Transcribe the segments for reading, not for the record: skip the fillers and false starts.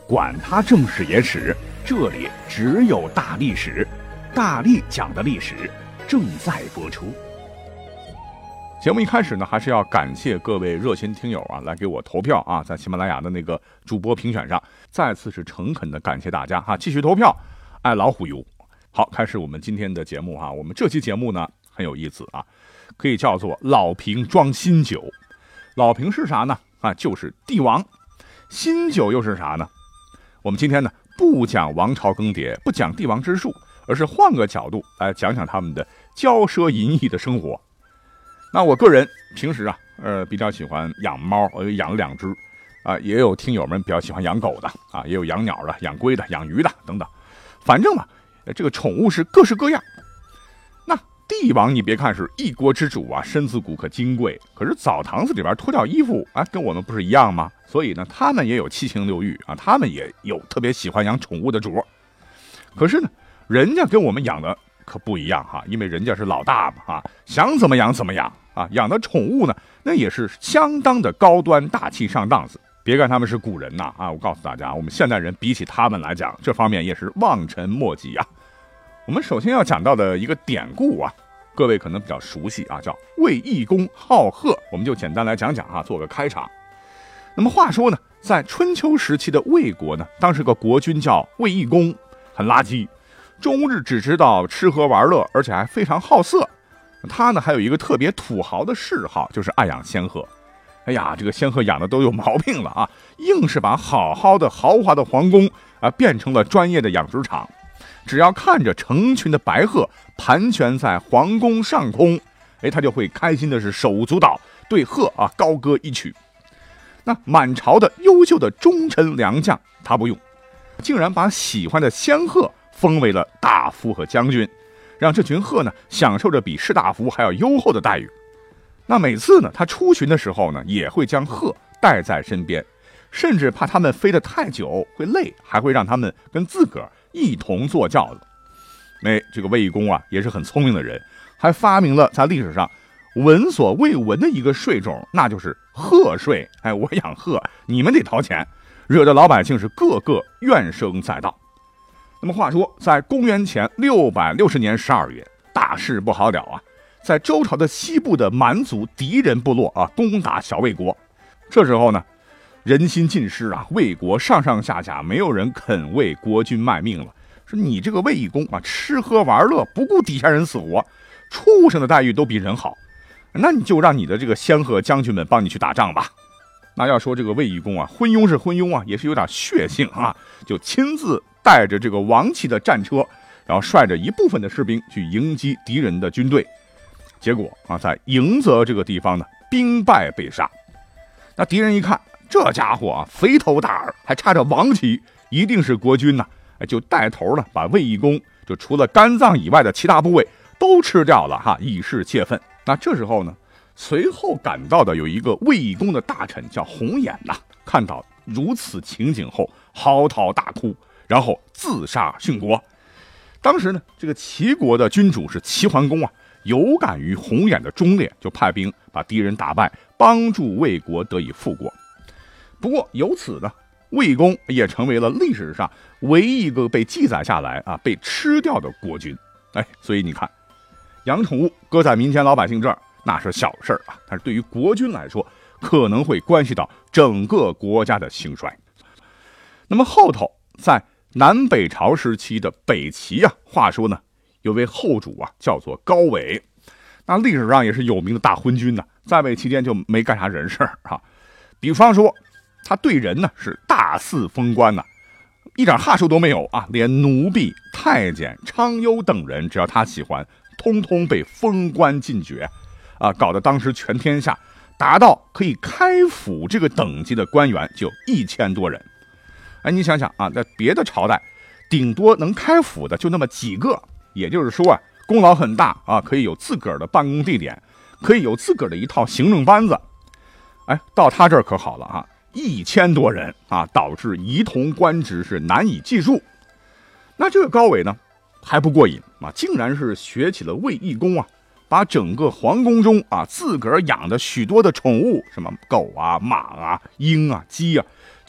管他正史野史，这里只有大历史，大力讲的历史正在播出。节目一开始呢，还是要感谢各位热心听友啊，来给我投票啊，在喜马拉雅的那个主播评选上，再次是诚恳的感谢大家哈，继续投票，爱老虎油。好，开始我们今天的节目哈，我们这期节目呢很有意思啊，可以叫做老瓶装新酒。老瓶是啥呢？啊，就是帝王。新酒又是啥呢？我们今天呢不讲王朝更迭，不讲帝王之术，而是换个角度来讲讲他们的骄奢淫逸的生活。那我个人平时啊，比较喜欢养猫，我养了2只啊，也有听友们比较喜欢养狗的啊，也有养鸟的、养龟的、养鱼的等等。反正嘛，这个宠物是各式各样。那帝王你别看是一国之主啊，身子骨可金贵，可是澡堂子里边脱掉衣服啊，跟我们不是一样吗？所以呢，他们也有七情六欲啊，他们也有特别喜欢养宠物的主。可是呢，人家跟我们养的可不一样哈，因为人家是老大嘛啊，想怎么养怎么养啊，养的宠物呢，那也是相当的高端大气上档次。别看他们是古人呐啊，我告诉大家，我们现代人比起他们来讲，这方面也是望尘莫及啊。我们首先要讲到的一个典故啊，各位可能比较熟悉啊，叫卫懿公好鹤，我们就简单来讲讲啊，做个开场。那么话说呢，在春秋时期的魏国呢，当时个国君叫卫懿公，很垃圾，终日只知道吃喝玩乐，而且还非常好色。他呢还有一个特别土豪的嗜好，就是爱养仙鹤。哎呀，这个仙鹤养的都有毛病了啊，硬是把好好的豪华的皇宫啊变成了专业的养殖场。只要看着成群的白鹤盘旋在皇宫上空，他就会开心的是手舞足蹈，对鹤啊高歌一曲。那满朝的优秀的忠臣良将他不用，竟然把喜欢的仙鹤封为了大夫和将军，让这群鹤呢享受着比士大夫还要优厚的待遇。那每次呢他出巡的时候呢，也会将鹤带在身边，甚至怕他们飞得太久会累，还会让他们跟自个儿一同坐轿子。这个卫懿公啊也是很聪明的人，还发明了在历史上闻所未闻的一个税种，那就是鹤税。我养鹤，你们得掏钱，惹得老百姓是个个怨声载道。那么话说，在公元前660年12月，大事不好了啊！在周朝的西部的蛮族敌人部落啊，攻打小魏国。这时候呢，人心尽失啊，魏国上上下下没有人肯为国君卖命了。说你这个卫懿公啊，吃喝玩乐不顾底下人死活，畜生的待遇都比人好。那你就让你的这个仙鹤将军们帮你去打仗吧。那要说这个卫懿公啊，昏庸是昏庸啊，也是有点血性啊，就亲自带着这个王气的战车，然后率着一部分的士兵去迎击敌人的军队。结果啊，在迎泽这个地方呢，兵败被杀。那敌人一看，这家伙啊，肥头大耳，还插着王旗，一定是国君呐，就带头呢，把卫懿公就除了肝脏以外的其他部位都吃掉了哈，以示泄愤。那这时候呢，随后赶到的有一个卫懿公的大臣叫红眼呐，看到如此情景后，嚎啕大哭，然后自杀殉国。当时呢，这个齐国的君主是齐桓公啊，有感于红眼的忠烈，就派兵把敌人打败，帮助魏国得以复国。不过由此呢，卫懿公也成为了历史上唯一一个被记载下来啊被吃掉的国君。所以你看，养宠物搁在民间老百姓这儿那是小事啊，但是对于国君来说，可能会关系到整个国家的兴衰。那么后头在南北朝时期的北齐啊，话说呢，有位后主啊叫做高纬，那历史上也是有名的大昏君呢，在位期间就没干啥人事啊。比方说他对人呢是大肆封官呐，一点哈数都没有啊，连奴婢、太监、昌优等人，只要他喜欢，通通被封官进爵啊，搞得当时全天下达到可以开府这个等级的官员就1000多人。你想想啊，在别的朝代顶多能开府的就那么几个，也就是说啊，功劳很大啊，可以有自个儿的办公地点，可以有自个儿的一套行政班子。到他这儿可好了啊，1000多人啊，导致仪同官职是难以计数。那这个高纬呢还不过瘾啊，竟然是学起了卫懿公啊，把整个皇宫中啊自个儿养的许多的宠物，什么狗啊、马啊、鹰啊、鸡啊，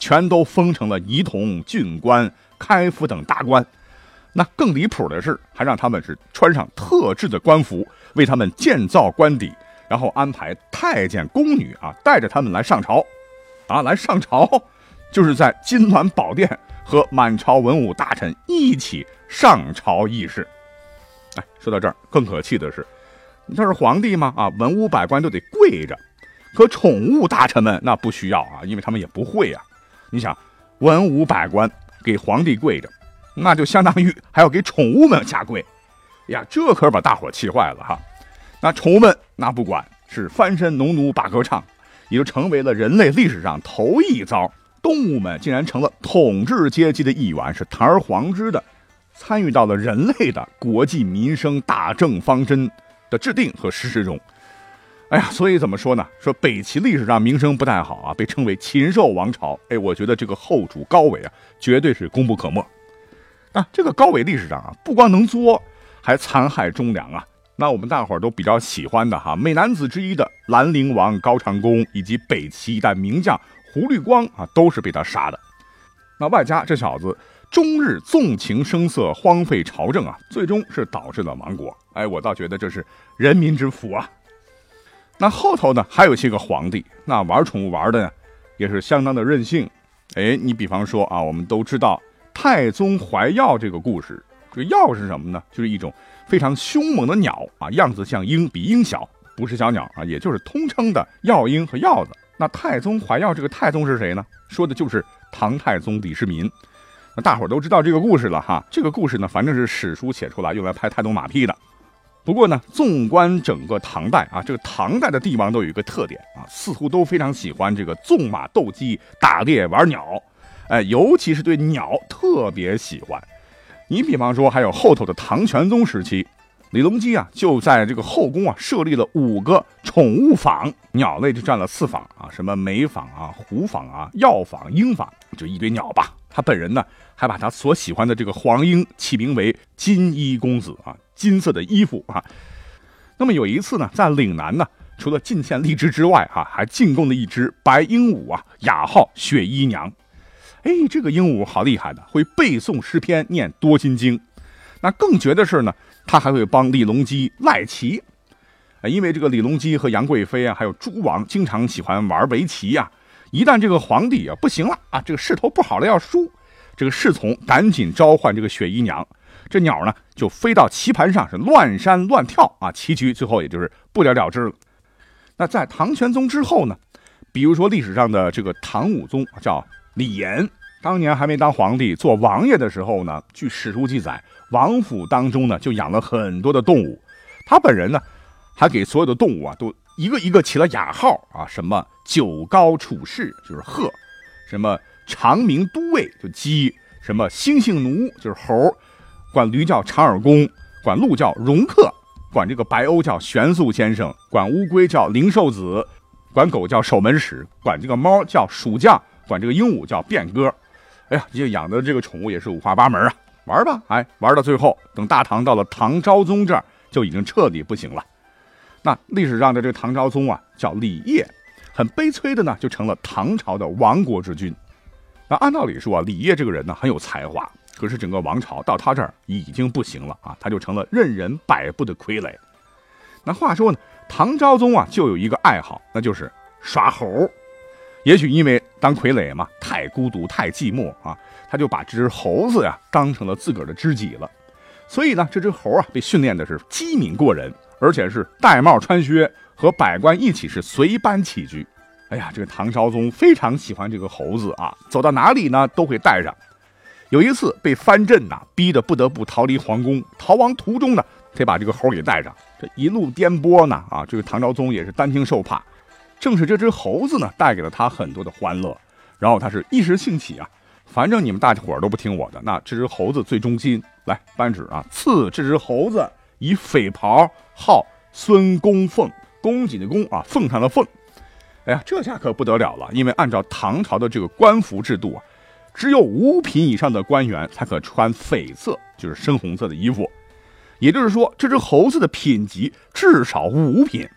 全都封成了仪同、郡官、开府等大官。那更离谱的是，还让他们是穿上特制的官服，为他们建造官邸，然后安排太监宫女带着他们来上朝。来上朝就是在金銮宝殿和满朝文武大臣一起上朝议事。说到这儿，更可气的是，这是皇帝吗？文武百官都得跪着，可宠物大臣们那不需要因为他们也不会你想，文武百官给皇帝跪着，那就相当于还要给宠物们下跪呀，这可把大伙气坏了那宠物们那不管，是翻身农奴把歌唱，也就成为了人类历史上头一遭，动物们竟然成了统治阶级的一员，是堂而皇之的参与到了人类的国计民生大政方针的制定和实施中。所以怎么说呢？说北齐历史上名声不太好被称为禽兽王朝。我觉得这个后主高纬绝对是功不可没。这个高纬历史上不光能作，还残害忠良那我们大伙儿都比较喜欢的美男子之一的兰陵王高长恭，以及北齐一代名将胡律光都是被他杀的。那外加这小子终日纵情声色，荒废朝政最终是导致了亡国。我倒觉得这是人民之福那后头呢，还有些个皇帝，那玩宠物玩的呢，也是相当的任性。你比方说我们都知道太宗怀药这个故事。这个药是什么呢？就是一种非常凶猛的鸟样子像鹰，比鹰小，不是小鸟也就是通称的药鹰和药子。那太宗怀药这个太宗是谁呢？说的就是唐太宗李世民。那大伙都知道这个故事了这个故事呢，反正是史书写出来用来拍太宗马屁的。不过呢，纵观整个唐代这个唐代的帝王都有一个特点似乎都非常喜欢这个纵马斗鸡、打猎玩鸟，尤其是对鸟特别喜欢。你比方说，还有后头的唐玄宗时期，李隆基就在这个后宫设立了5个宠物坊，鸟类就占了4坊什么梅坊狐坊药坊、鹰坊，就一堆鸟吧。他本人呢，还把他所喜欢的这个黄莺起名为金衣公子金色的衣服那么有一次呢，在岭南呢，除了进献荔枝之外还进贡了一只白鹦鹉雅号雪姨娘。这个鹦鹉好厉害的，会背诵诗篇，念多心经。那更绝的是呢，他还会帮李隆基赖棋。因为这个李隆基和杨贵妃还有诸王经常喜欢玩围棋一旦这个皇帝不行了这个势头不好了要输，这个侍从赶紧召唤这个雪姨娘，这鸟呢就飞到棋盘上是乱扇乱跳棋局最后也就是不了了之了。那在唐玄宗之后呢，比如说历史上的这个唐武宗叫李炎，当年还没当皇帝做王爷的时候呢，据史书记载，王府当中呢就养了很多的动物，他本人呢还给所有的动物都一个一个起了雅号什么九高处士就是鹤，什么长鸣都尉就鸡，什么猩猩奴就是猴，管驴叫长耳公，管鹿叫容克，管这个白鸥叫玄素先生，管乌龟叫灵寿子，管狗叫守门使，管这个猫叫蜀将，管这个鹦鹉叫变哥。这养的这个宠物也是五花八门玩吧，玩到最后，等大唐到了唐昭宗这儿，就已经彻底不行了。那历史上的这个唐昭宗叫李晔，很悲催的呢，就成了唐朝的亡国之君。那按道理说李晔这个人呢很有才华，可是整个王朝到他这儿已经不行了他就成了任人摆布的傀儡。那话说呢，唐昭宗就有一个爱好，那就是耍猴。也许因为当傀儡嘛，太孤独太寂寞他就把这只猴子当成了自个儿的知己了。所以呢，这只猴被训练的是机敏过人，而且是戴帽穿靴，和百官一起是随班起居。这个唐昭宗非常喜欢这个猴子走到哪里呢都会带上。有一次被藩镇逼得不得不逃离皇宫，逃亡途中呢，得把这个猴给带上。这一路颠簸呢这个唐昭宗也是担惊受怕。正是这只猴子呢，带给了他很多的欢乐，然后他是一时兴起反正你们大伙儿都不听我的，那这只猴子最忠心，来颁旨赐这只猴子以匪袍，号孙公凤，恭谨的恭奉上的凤。这下可不得了了，因为按照唐朝的这个官服制度只有5品以上的官员才可穿绯色，就是深红色的衣服。也就是说，这只猴子的品级至少5品。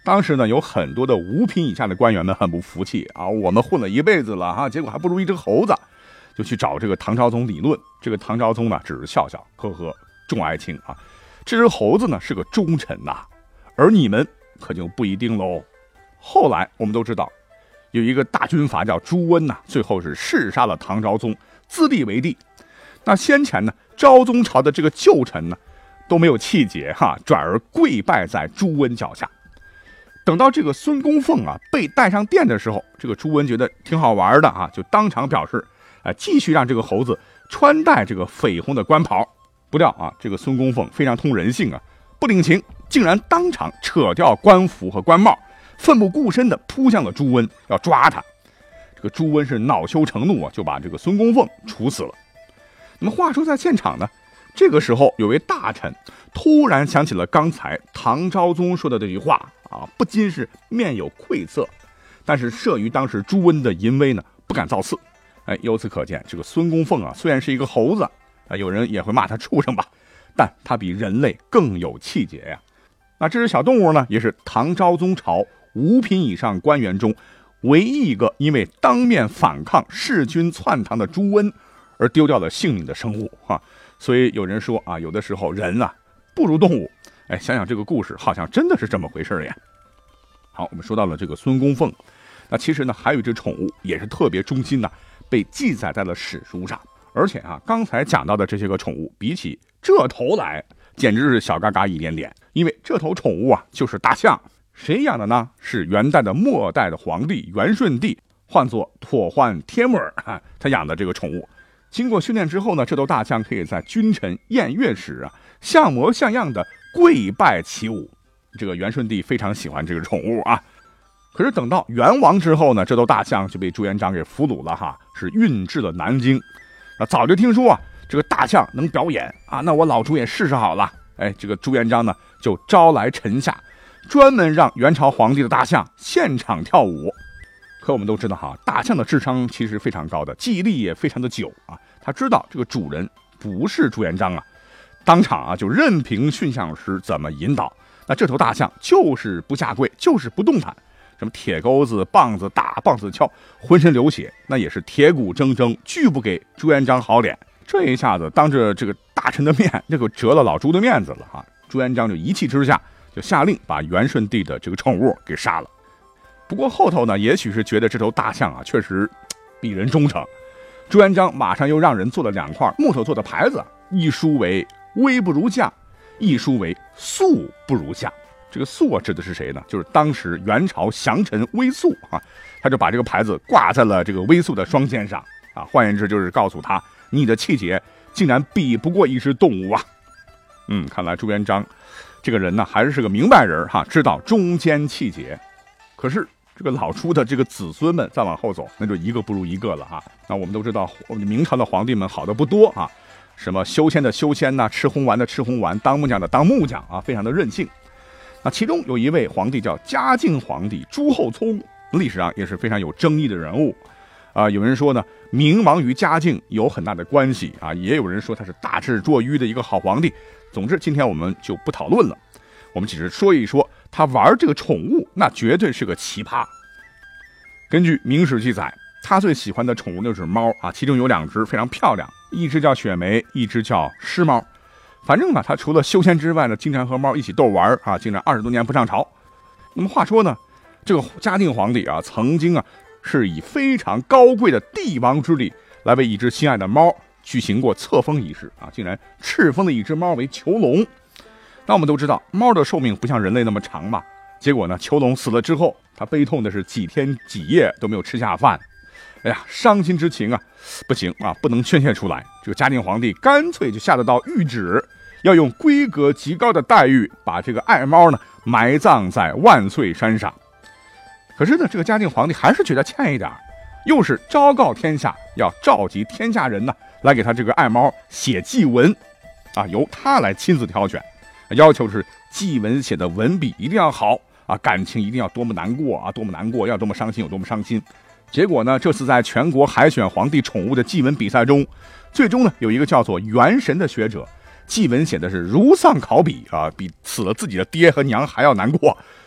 当时呢，有很多的5品以下的官员们很不服气啊，我们混了一辈子了啊，结果还不如一只猴子，就去找这个唐昭宗理论。这个唐昭宗呢，只是笑笑，呵呵，众爱卿啊，这只猴子呢是个忠臣呐，而你们可就不一定喽。后来我们都知道，有一个大军阀叫朱温呐，最后是弑杀了唐昭宗，自立为帝。那先前呢，昭宗朝的这个旧臣呢，都没有气节哈，转而跪拜在朱温脚下。等到这个孙公凤啊被带上殿的时候，这个朱温觉得挺好玩的啊，就当场表示，继续让这个猴子穿戴这个绯红的官袍。不料啊，这个孙公凤非常通人性啊，不领情，竟然当场扯掉官服和官帽，奋不顾身地扑向了朱温，要抓他。这个朱温是恼羞成怒啊，就把这个孙公凤处死了。那么话说在现场呢，这个时候有位大臣突然想起了刚才唐昭宗说的这句话啊，不禁是面有愧色，但是慑于当时朱温的淫威呢，不敢造次。由此可见，这个孙公凤啊，虽然是一个猴子啊，有人也会骂他畜生吧，但他比人类更有气节呀。那这只小动物呢，也是唐昭宗朝5品以上官员中唯一一个因为当面反抗弑君篡唐的朱温而丢掉了性命的生物啊。所以有人说啊，有的时候人啊不如动物。想想这个故事，好像真的是这么回事呀。好，我们说到了这个孙公凤，那其实呢还有一只宠物也是特别忠心的，被记载在了史书上。而且啊，刚才讲到的这些个宠物，比起这头来，简直是小嘎嘎一点点。因为这头宠物啊，就是大象。谁养的呢？是元代的末代的皇帝元顺帝，唤作妥焕天木儿啊，他养的这个宠物。经过训练之后呢，这头大象可以在君臣宴乐时啊，像模像样的跪拜起舞。这个元顺帝非常喜欢这个宠物啊。可是等到元王之后呢，这头大象就被朱元璋给俘虏了哈，是运至了南京。早就听说啊，这个大象能表演啊，那我老朱也试试好了。这个朱元璋呢，就招来臣下，专门让元朝皇帝的大象现场跳舞。可我们都知道哈，大象的智商其实非常高的，记忆力也非常的久啊。他知道这个主人不是朱元璋啊，当场啊就任凭驯象师怎么引导。那这头大象就是不下跪，就是不动弹，什么铁钩子、棒子打、棒子敲，浑身流血，那也是铁骨铮铮，拒不给朱元璋好脸。这一下子当着这个大臣的面，这个折了老朱的面子了哈。朱元璋就一气之下就下令把元顺帝的这个宠物给杀了。不过后头呢，也许是觉得这头大象啊确实比人忠诚，朱元璋马上又让人做了2块木头做的牌子，一书为威不如将，一书为肃不如相。这个肃啊指的是谁呢？就是当时元朝降臣威肃啊，他就把这个牌子挂在了这个威肃的双肩上啊，换言之就是告诉他，你的气节竟然比不过一只动物啊。看来朱元璋这个人呢还是个明白人哈，知道忠奸气节。可是这个老朱的这个子孙们再往后走，那就一个不如一个了哈。那我们都知道，明朝的皇帝们好的不多啊，什么修仙的修仙呐，吃红丸的吃红丸，当木匠的当木匠啊，非常的任性。那其中有一位皇帝叫嘉靖皇帝朱厚熜，历史上也是非常有争议的人物啊。有人说呢，明亡于嘉靖有很大的关系啊，也有人说他是大智若愚的一个好皇帝。总之，今天我们就不讨论了，我们只是说一说他玩这个宠物，那绝对是个奇葩。根据明史记载，他最喜欢的宠物就是猫啊，其中有2只非常漂亮，一只叫雪梅，一只叫狮猫。反正呢，他除了修仙之外呢，经常和猫一起逗玩啊，竟然20多年不上朝。那么话说呢，这个嘉靖皇帝啊，曾经啊是以非常高贵的帝王之礼来为一只心爱的猫举行过册封仪式啊，竟然敕封了一只猫为囚龙。那我们都知道，猫的寿命不像人类那么长嘛。结果呢，囚龙死了之后，他悲痛的是几天几夜都没有吃下饭。伤心之情啊，不行啊，不能宣泄出来。这个嘉靖皇帝干脆就下了道谕旨，要用规格极高的待遇把这个爱猫呢埋葬在万岁山上。可是呢，这个嘉靖皇帝还是觉得欠一点，又是昭告天下，要召集天下人呢来给他这个爱猫写祭文啊，由他来亲自挑选，要求是祭文写的文笔一定要好啊，感情一定要多么难过啊，多么难过，要多么伤心有多么伤心。结果呢，这次在全国海选皇帝宠物的祭文比赛中，最终呢有一个叫做元神的学者，祭文写的是如丧考妣啊，比死了自己的爹和娘还要难过，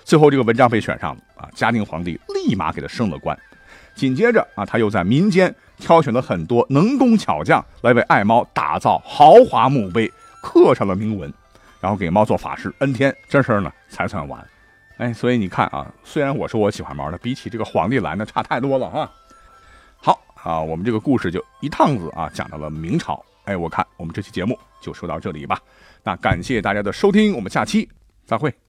最后这个文章被选上了啊，嘉靖皇帝立马给他升了官。紧接着啊，他又在民间挑选了很多能工巧匠来为爱猫打造豪华墓碑，刻上了铭文，然后给猫做法事恩天，这事儿呢才算完。所以你看啊，虽然我说我喜欢猫的，比起这个皇帝来呢差太多了啊。好啊，我们这个故事就一趟子啊讲到了明朝。我看我们这期节目就说到这里吧。那感谢大家的收听，我们下期再会。